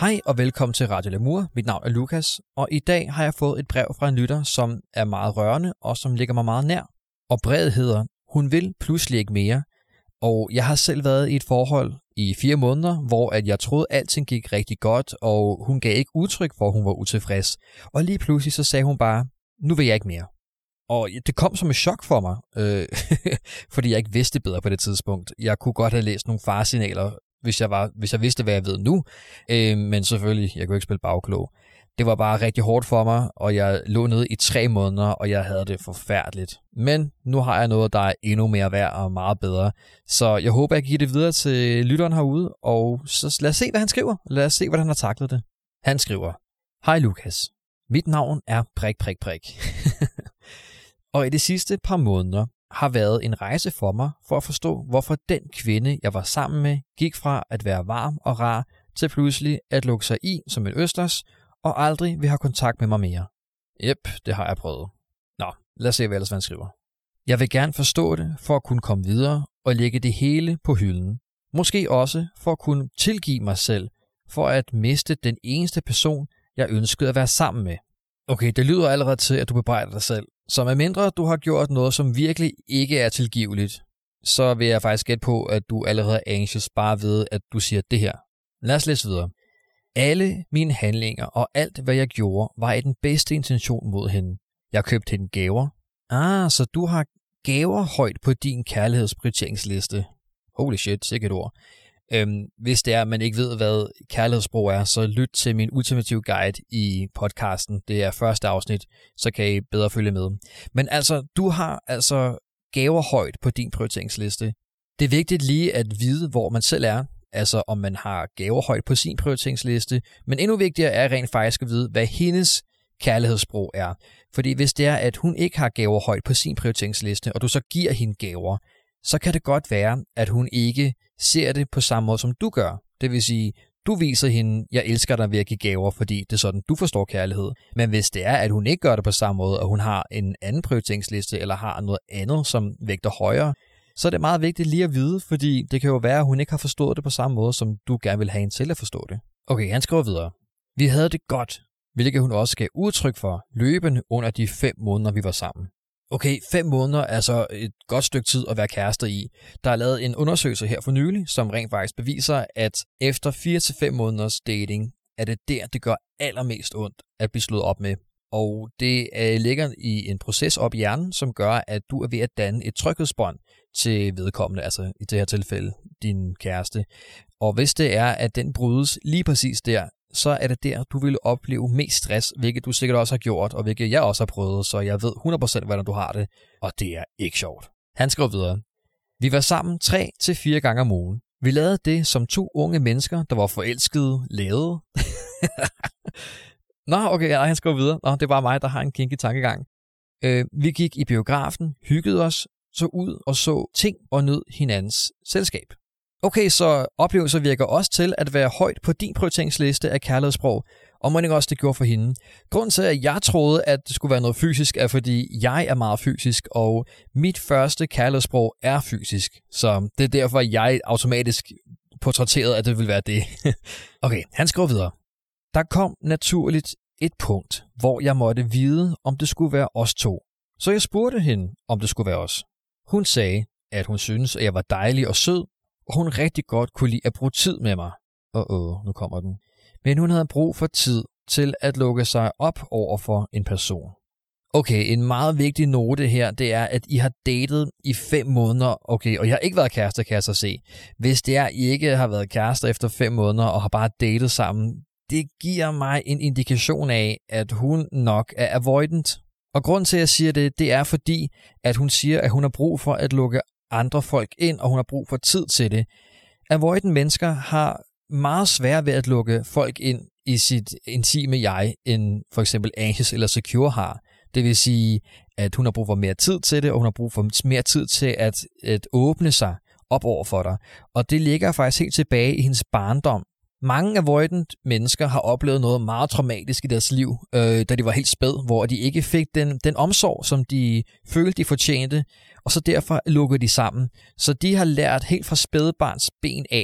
Hej og velkommen til Radio Lamour. Mit navn er Lukas, og i dag har jeg fået et brev fra en lytter, som er meget rørende og som ligger mig meget nær. Og brevet hedder, hun vil pludselig ikke mere. Og jeg har selv været i et forhold i 4 måneder, hvor at jeg troede, alting gik rigtig godt, og hun gav ikke udtryk for, at hun var utilfreds. Og lige pludselig så sagde hun bare, nu vil jeg ikke mere. Og det kom som et chok for mig, fordi jeg ikke vidste bedre på det tidspunkt. Jeg kunne godt have læst nogle faresignaler, hvis jeg vidste, hvad jeg ved nu. Men selvfølgelig, jeg kunne ikke spille bagklog. Det var bare rigtig hårdt for mig, og jeg lå nede i 3 måneder, og jeg havde det forfærdeligt. Men nu har jeg noget, der er endnu mere værd og meget bedre. Så jeg håber, jeg kan give det videre til lytteren herude, og så lad os se, hvad han skriver. Lad os se, hvordan han har taklet det. Han skriver, hej Lukas, mit navn er ... Og i de sidste par måneder har været en rejse for mig for at forstå, hvorfor den kvinde, jeg var sammen med, gik fra at være varm og rar til pludselig at lukke sig i som en østers og aldrig vil have kontakt med mig mere. Jep, det har jeg prøvet. Nå, lad os se, hvad ellers han skriver. Jeg vil gerne forstå det for at kunne komme videre og lægge det hele på hylden. Måske også for at kunne tilgive mig selv for at miste den eneste person, jeg ønskede at være sammen med. Okay, det lyder allerede til, at du bebrejder dig selv. Så medmindre du har gjort noget, som virkelig ikke er tilgiveligt, så vil jeg faktisk gætte på, at du allerede er anxious bare ved, at du siger det her. Lad os læse videre. Alle mine handlinger og alt, hvad jeg gjorde, var i den bedste intention mod hende. Jeg købte hende gaver. Så du har gaver højt på din kærlighedsprioriteringsliste. Holy shit, sikkert ord. Hvis det er, at man ikke ved, hvad kærlighedssprog er, så lyt til min ultimative guide i podcasten. Det er første afsnit, så kan I bedre følge med. Men altså, du har altså gaver højt på din prioriteringsliste. Det er vigtigt lige at vide, hvor man selv er. Altså, om man har gaver højt på sin prioriteringsliste. Men endnu vigtigere er rent faktisk at vide, hvad hendes kærlighedssprog er. Fordi hvis det er, at hun ikke har gaver højt på sin prioriteringsliste, og du så giver hende gaver, så kan det godt være, at hun ikke ser det på samme måde, som du gør. Det vil sige, du viser hende, jeg elsker dig ved at give gaver, fordi det er sådan, du forstår kærlighed. Men hvis det er, at hun ikke gør det på samme måde, og hun har en anden prioriteringsliste, eller har noget andet, som vægter højere, så er det meget vigtigt lige at vide, fordi det kan jo være, at hun ikke har forstået det på samme måde, som du gerne vil have hende til at forstå det. Okay, han skriver videre. Vi havde det godt, hvilket hun også gav udtryk for løbende under de 5 måneder, vi var sammen. Okay, 5 måneder er altså et godt stykke tid at være kærester i. Der er lavet en undersøgelse her for nylig, som rent faktisk beviser, at efter 4-5 måneders dating, er det der, det gør allermest ondt at blive slået op med. Og det ligger i en proces op i hjernen, som gør, at du er ved at danne et tryghedsbånd til vedkommende, altså i det her tilfælde din kæreste. Og hvis det er, at den brydes lige præcis der, så er det der, du vil opleve mest stress, hvilket du sikkert også har gjort, og hvilket jeg også har prøvet, så jeg ved 100% hvordan du har det, og det er ikke sjovt. Han skriver videre. Vi var sammen 3-4 gange om ugen. Vi lavede det, som 2 unge mennesker, der var forelskede, lavede. Okay, han skriver videre. Det er bare mig, der har en kinky tankegang. Vi gik i biografen, hyggede os, så ud og så ting og nød hinandens selskab. Okay, så oplevelser virker også til at være højt på din prioriteringsliste af kærlighedssprog, og må ikke også det gjorde for hende. Grunden til, at jeg troede, at det skulle være noget fysisk, er fordi jeg er meget fysisk, og mit første kærlighedssprog er fysisk. Så det er derfor, jeg automatisk portrætterede, at det ville være det. Okay, han skriver videre. Der kom naturligt et punkt, hvor jeg måtte vide, om det skulle være os 2. Så jeg spurgte hende, om det skulle være os. Hun sagde, at hun syntes, at jeg var dejlig og sød, og hun rigtig godt kunne lide at bruge tid med mig. Nu kommer den. Men hun havde brug for tid til at lukke sig op over for en person. Okay, en meget vigtig note her, det er, at I har datet i 5 måneder. Okay, og jeg har ikke været kærester, kan jeg så se. Hvis det er, I ikke har været kærester efter 5 måneder og har bare datet sammen, det giver mig en indikation af, at hun nok er avoidant. Og grunden til, at jeg siger det, det er fordi, at hun siger, at hun har brug for at lukke andre folk ind, og hun har brug for tid til det. Avoidant mennesker har meget svært ved at lukke folk ind i sit intime jeg, end for eksempel anxious eller secure har. Det vil sige, at hun har brug for mere tid til det, og hun har brug for mere tid til at åbne sig op over for dig. Og det ligger faktisk helt tilbage i hendes barndom. Mange avoidant mennesker har oplevet noget meget traumatisk i deres liv, da de var helt spæd, hvor de ikke fik den omsorg, som de følte, de fortjente, og så derfor lukkede de sammen. Så de har lært helt fra spædbarns ben af,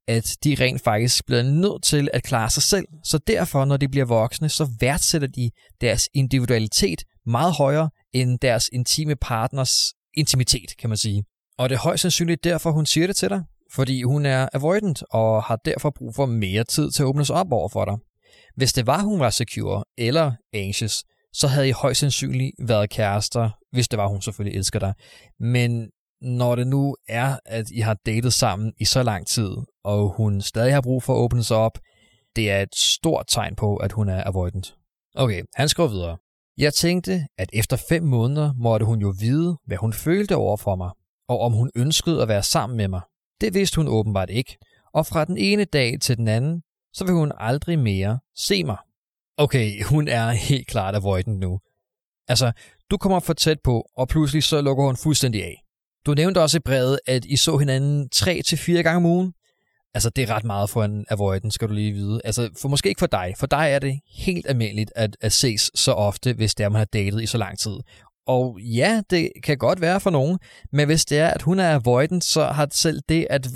at de rent faktisk bliver nødt til at klare sig selv. Så derfor, når de bliver voksne, så værdsætter de deres individualitet meget højere end deres intime partners intimitet, kan man sige. Og det er højst sandsynligt derfor, hun siger det til dig, fordi hun er avoidant og har derfor brug for mere tid til at åbne sig op over for dig. Hvis det var, hun var secure eller anxious, så havde I højst sandsynligt været kærester, hvis det var, hun selvfølgelig elsker dig. Men når det nu er, at I har datet sammen i så lang tid, og hun stadig har brug for at åbne sig op, det er et stort tegn på, at hun er avoidant. Okay, han skriver videre. Jeg tænkte, at efter 5 måneder måtte hun jo vide, hvad hun følte over for mig, og om hun ønskede at være sammen med mig. Det vidste hun åbenbart ikke, og fra den ene dag til den anden, så vil hun aldrig mere se mig. Okay, hun er helt klart avoidant nu. Altså, du kommer for tæt på, og pludselig så lukker hun fuldstændig af. Du nævnte også i brevet, at I så hinanden 3-4 gange om ugen. Altså, det er ret meget for en avoidant, skal du lige vide. Altså, måske ikke for dig. For dig er det helt almindeligt at ses så ofte, hvis det er, man har datet i så lang tid. Og ja, det kan godt være for nogen, men hvis det er, at hun er avoidant, så har selv det at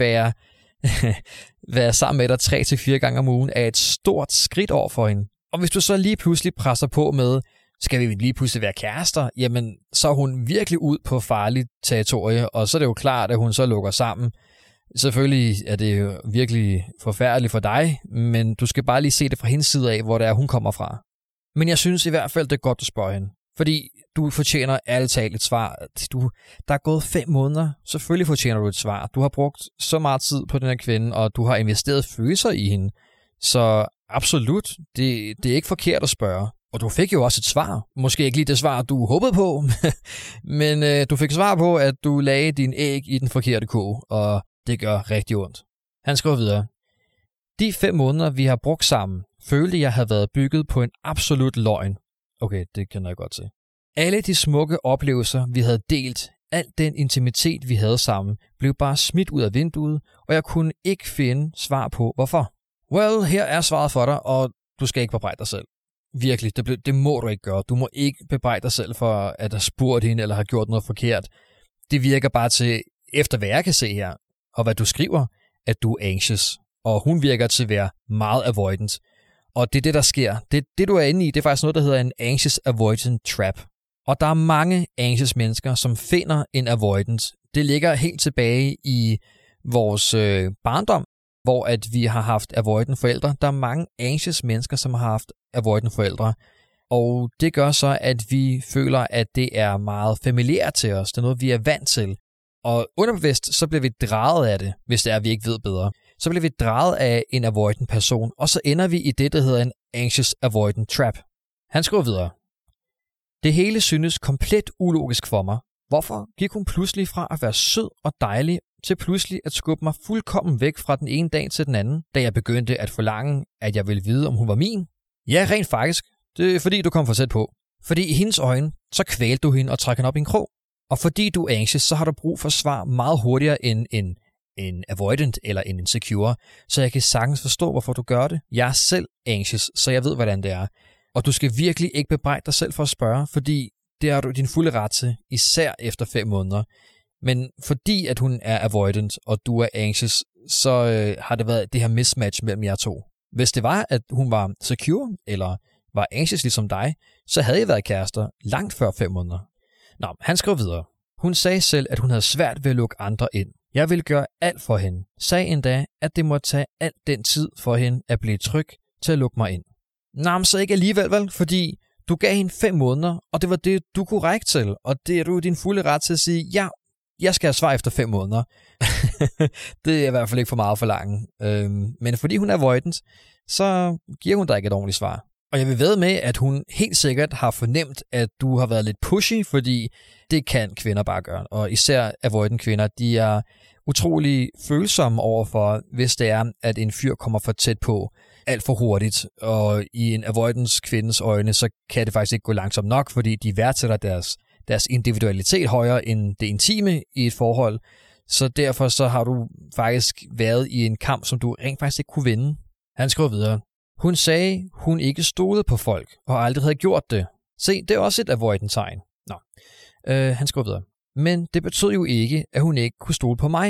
være sammen med dig 3-4 gange om ugen er et stort skridt over for hende. Og hvis du så lige pludselig presser på med, skal vi lige pludselig være kærester, jamen så er hun virkelig ud på farligt territorie, og så er det jo klart, at hun så lukker sammen. Selvfølgelig er det jo virkelig forfærdeligt for dig, men du skal bare lige se det fra hendes side af, hvor det er, hun kommer fra. Men jeg synes i hvert fald, det er godt at spørge hende. Fordi du fortjener ærligt talt et svar. Der er gået 5 måneder. Selvfølgelig fortjener du et svar. Du har brugt så meget tid på den her kvinde, og du har investeret følelser i hende. Så absolut, det er ikke forkert at spørge. Og du fik jo også et svar. Måske ikke lige det svar, du håbede på, men du fik svar på, at du lagde din æg i den forkerte ko, og det gør rigtig ondt. Han skriver videre. De 5 måneder, vi har brugt sammen, følte jeg havde været bygget på en absolut løgn. Okay, det kan jeg godt se. Alle de smukke oplevelser, vi havde delt, al den intimitet, vi havde sammen, blev bare smidt ud af vinduet, og jeg kunne ikke finde svar på, hvorfor. Well, her er svaret for dig, og du skal ikke bebrejde dig selv. Virkelig, det må du ikke gøre. Du må ikke bebrejde dig selv for at have spurgt hende, eller har gjort noget forkert. Det virker bare til, efter hvad jeg kan se her, og hvad du skriver, at du er anxious. Og hun virker til at være meget avoidant. Og det er det, der sker. Det, du er inde i, det er faktisk noget, der hedder en anxious avoidant trap. Og der er mange anxious mennesker, som finder en avoidance. Det ligger helt tilbage i vores barndom, hvor at vi har haft avoidant forældre. Der er mange anxious mennesker, som har haft avoidant forældre. Og det gør så, at vi føler, at det er meget familiært til os. Det er noget, vi er vant til. Og underbevidst, så bliver vi drejet af det, hvis det er, vi ikke ved bedre. Så bliver vi drejet af en avoidant person, og så ender vi i det, der hedder en anxious avoidant trap. Han skriver videre. Det hele synes komplet ulogisk for mig. Hvorfor gik hun pludselig fra at være sød og dejlig, til pludselig at skubbe mig fuldkommen væk fra den ene dag til den anden, da jeg begyndte at forlange, at jeg ville vide, om hun var min? Ja, rent faktisk. Det er fordi, du kom for tæt på. Fordi i hendes øjne, så kvælte du hende og trak hende op i en krog. Og fordi du er anxious, så har du brug for svar meget hurtigere end en avoidant eller en insecure. Så jeg kan sagtens forstå, hvorfor du gør det. Jeg er selv anxious, så jeg ved, hvordan det er. Og du skal virkelig ikke bebrejde dig selv for at spørge, fordi det har du din fulde ret til, især efter 5 måneder. Men fordi at hun er avoidant, og du er anxious, så har det været det her mismatch mellem jer to. Hvis det var, at hun var secure, eller var anxious ligesom dig, så havde I været kærester langt før 5 måneder. Nå, han skrev videre. Hun sagde selv, at hun havde svært ved at lukke andre ind. Jeg ville gøre alt for hende. Sagde endda, at det må tage al den tid for hende at blive tryg til at lukke mig ind. Nå, så ikke alligevel, vel? Fordi du gav hende 5 måneder, og det var det, du kunne række til. Og det er du din fulde ret til at sige, ja, jeg skal have svar efter 5 måneder. Det er i hvert fald ikke for meget for langt. Men fordi hun er avoidant, så giver hun dig ikke et ordentligt svar. Og jeg vil vædde med, at hun helt sikkert har fornemt, at du har været lidt pushy, fordi det kan kvinder bare gøre. Og især avoidant kvinder, de er utrolig følsomme overfor, hvis det er, at en fyr kommer for tæt på alt for hurtigt. Og i en avoidance kvindes øjne, så kan det faktisk ikke gå langsomt nok, fordi de værdsætter deres individualitet højere end det intime i et forhold. Så derfor så har du faktisk været i en kamp, som du rent faktisk ikke kunne vinde. Han skriver videre. Hun sagde, hun ikke stolede på folk, og aldrig havde gjort det. Se, det er også et avoidant tegn. Nå. Han skriver videre. Men det betød jo ikke, at hun ikke kunne stole på mig.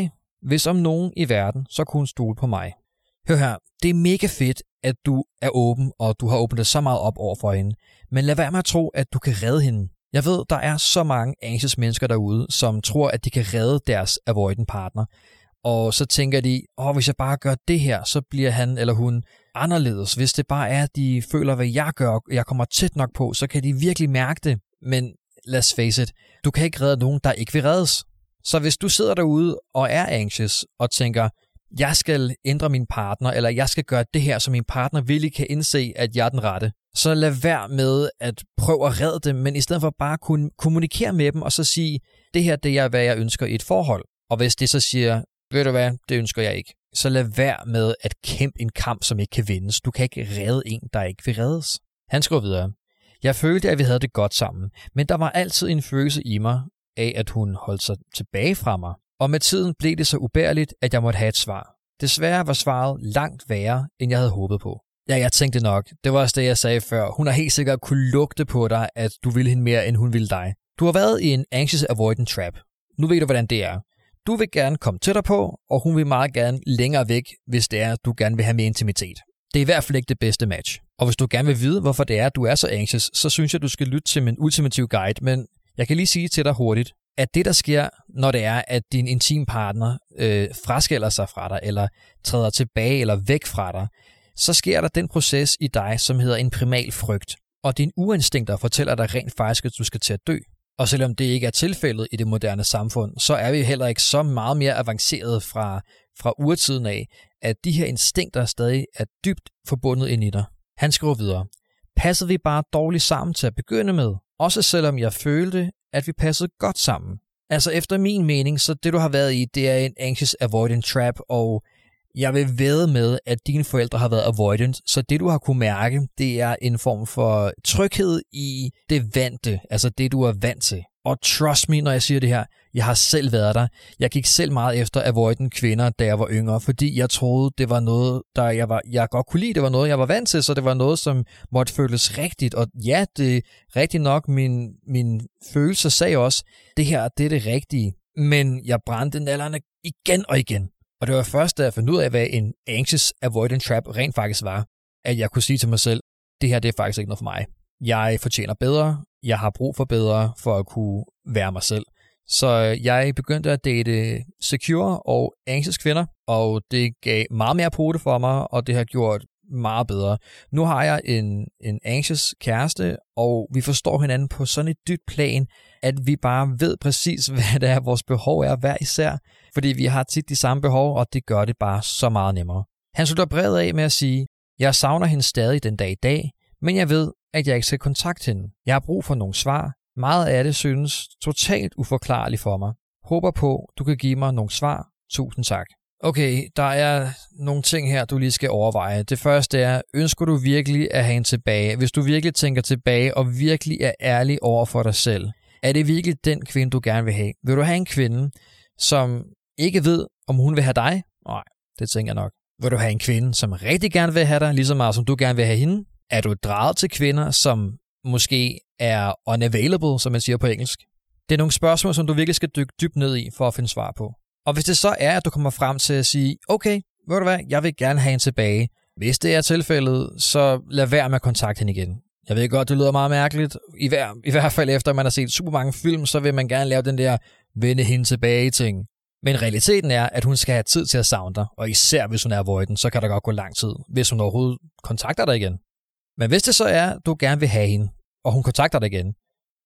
Hvis om nogen i verden, så kunne hun stole på mig. Hør her, det er mega fedt, at du er åben, og du har åbnet det så meget op over for hende. Men lad være med at tro, at du kan redde hende. Jeg ved, der er så mange anxious mennesker derude, som tror, at de kan redde deres avoidant partner. Og så tænker de, hvis jeg bare gør det her, så bliver han eller hun anderledes. Hvis det bare er, at de føler, hvad jeg gør, og jeg kommer tæt nok på, så kan de virkelig mærke det. Men let's face it, du kan ikke redde nogen, der ikke vil reddes. Så hvis du sidder derude og er anxious og tænker, jeg skal ændre min partner, eller jeg skal gøre det her, så min partner virkelig kan indse, at jeg er den rette, så lad være med at prøve at redde dem, men i stedet for bare kunne kommunikere med dem og så sige, det her det er, hvad jeg ønsker i et forhold. Og hvis det så siger, ved du hvad, det ønsker jeg ikke, så lad være med at kæmpe en kamp, som ikke kan vindes. Du kan ikke redde en, der ikke vil reddes. Han skriver videre. Jeg følte, at vi havde det godt sammen, men der var altid en følelse i mig af, at hun holdt sig tilbage fra mig. Og med tiden blev det så ubærligt, at jeg måtte have et svar. Desværre var svaret langt værre, end jeg havde håbet på. Ja, jeg tænkte nok. Det var også det, jeg sagde før. Hun har helt sikkert kunne lugte på dig, at du ville hende mere, end hun ville dig. Du har været i en anxious avoidant trap. Nu ved du, hvordan det er. Du vil gerne komme tættere på, og hun vil meget gerne længere væk, hvis det er, at du gerne vil have mere intimitet. Det er i hvert fald ikke det bedste match. Og hvis du gerne vil vide, hvorfor det er, at du er så anxious, så synes jeg, du skal lytte til min ultimative guide, men jeg kan lige sige til dig hurtigt, at det, der sker, når det er, at din intime partner fraskiller sig fra dig, eller træder tilbage eller væk fra dig, så sker der den proces i dig, som hedder en primal frygt. Og dine urinstinkter fortæller dig rent faktisk, at du skal til at dø. Og selvom det ikke er tilfældet i det moderne samfund, så er vi heller ikke så meget mere avanceret fra urtiden af, at de her instinkter stadig er dybt forbundet ind i dig. Han skriver videre. Passede vi bare dårligt sammen til at begynde med? Også selvom jeg følte, at vi passede godt sammen. Altså efter min mening, så det du har været i, det er en anxious avoidant trap, og jeg vil vædde med, at dine forældre har været avoidant, så det du har kunne mærke, det er en form for tryghed i det vante, altså det du er vant til. Og trust me, når jeg siger det her, jeg har selv været der. Jeg gik selv meget efter avoidant kvinder, da jeg var yngre, fordi jeg troede, det var noget, der jeg godt kunne lide, det var noget, jeg var vant til, så det var noget, som måtte føles rigtigt. Og ja, det er rigtigt nok, min følelse sagde også, det her, det er det rigtige. Men jeg brændte nallerne igen og igen. Og det var først, da jeg fandt ud af, hvad en anxious avoidant trap rent faktisk var, at jeg kunne sige til mig selv, det her det er faktisk ikke noget for mig. Jeg fortjener bedre, jeg har brug for bedre for at kunne være mig selv. Så jeg begyndte at date secure og anxious kvinder, og det gav meget mere pote for mig, og det har gjort meget bedre. Nu har jeg en anxious kæreste, og vi forstår hinanden på sådan et dybt plan, at vi bare ved præcis, hvad det er, vores behov er hver især, fordi vi har tit de samme behov, og det gør det bare så meget nemmere. Han slutter brevet af med at sige, jeg savner hende stadig den dag i dag, men jeg ved, at jeg ikke skal kontakte hende. Jeg har brug for nogle svar. Meget af det synes totalt uforklarligt for mig. Håber på, du kan give mig nogle svar. Tusind tak. Okay, der er nogle ting her, du lige skal overveje. Det første er, ønsker du virkelig at have hende tilbage? Hvis du virkelig tænker tilbage og virkelig er ærlig over for dig selv, er det virkelig den kvinde, du gerne vil have? Vil du have en kvinde, som ikke ved, om hun vil have dig? Nej, det tænker jeg nok. Vil du have en kvinde, som rigtig gerne vil have dig, lige så meget som du gerne vil have hende? Er du draget til kvinder, som måske er unavailable, som man siger på engelsk? Det er nogle spørgsmål, som du virkelig skal dykke dybt ned i, for at finde svar på. Og hvis det så er, at du kommer frem til at sige, okay, ved du hvad, jeg vil gerne have hende tilbage. Hvis det er tilfældet, så lad være med at kontakte hende igen. Jeg ved godt, det lyder meget mærkeligt. I hvert fald efter, at man har set super mange film, så vil man gerne lave den der vende hende tilbage ting. Men realiteten er, at hun skal have tid til at savne dig, og især hvis hun er avoidant, så kan der godt gå lang tid, hvis hun overhovedet kontakter dig igen. Men hvis det så er, at du gerne vil have hende, og hun kontakter dig igen,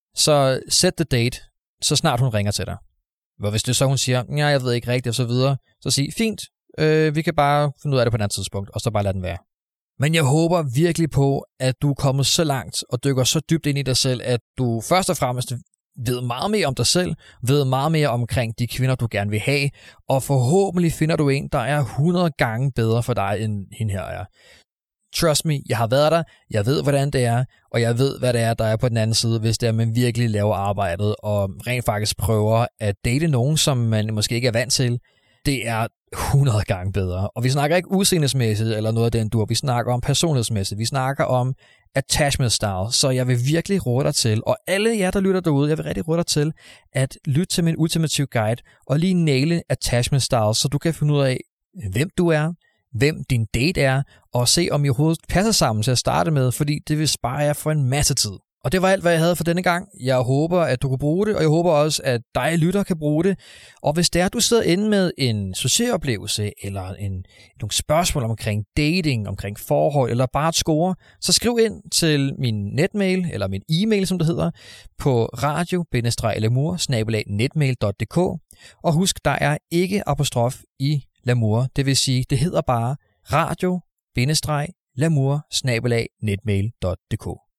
så set the date, så snart hun ringer til dig. Og hvis det så hun siger, ja, jeg ved ikke rigtigt og så videre, så sig, fint, vi kan bare finde ud af det på et andet tidspunkt, og så bare lade den være. Men jeg håber virkelig på, at du er kommet så langt og dykker så dybt ind i dig selv, at du først og fremmest ved meget mere om dig selv, ved meget mere omkring de kvinder, du gerne vil have, og forhåbentlig finder du en, der er 100 gange bedre for dig, end hende her er. Trust me, jeg har været der, jeg ved, hvordan det er, og jeg ved, hvad det er, der er på den anden side, hvis det er, at man virkelig laver arbejdet, og rent faktisk prøver at date nogen, som man måske ikke er vant til. Det er 100 gange bedre. Og vi snakker ikke udseendesmæssigt eller noget af den dur. Vi snakker om personlighedsmæssigt. Vi snakker om, attachment style. Så jeg vil virkelig råde dig til, og alle jer, der lytter derude, jeg vil rigtig råde dig til, at lytte til min ultimative guide, og lige næle attachment style, så du kan finde ud af, hvem du er, hvem din date er, og se om I overhovedet passer sammen til at starte med, fordi det vil spare jer for en masse tid. Og det var alt, hvad jeg havde for denne gang. Jeg håber, at du kunne bruge det, og jeg håber også, at dig lytter kan bruge det. Og hvis det er, at du sidder inde med en succesoplevelse, eller nogle spørgsmål omkring dating, omkring forhold, eller bare et score, så skriv ind til min netmail, eller min e-mail, som det hedder, på radio-lamour@netmail.dk. Og husk, der er ikke apostrof i Lamour. Det vil sige, det hedder bare radio-lamour@netmail.dk.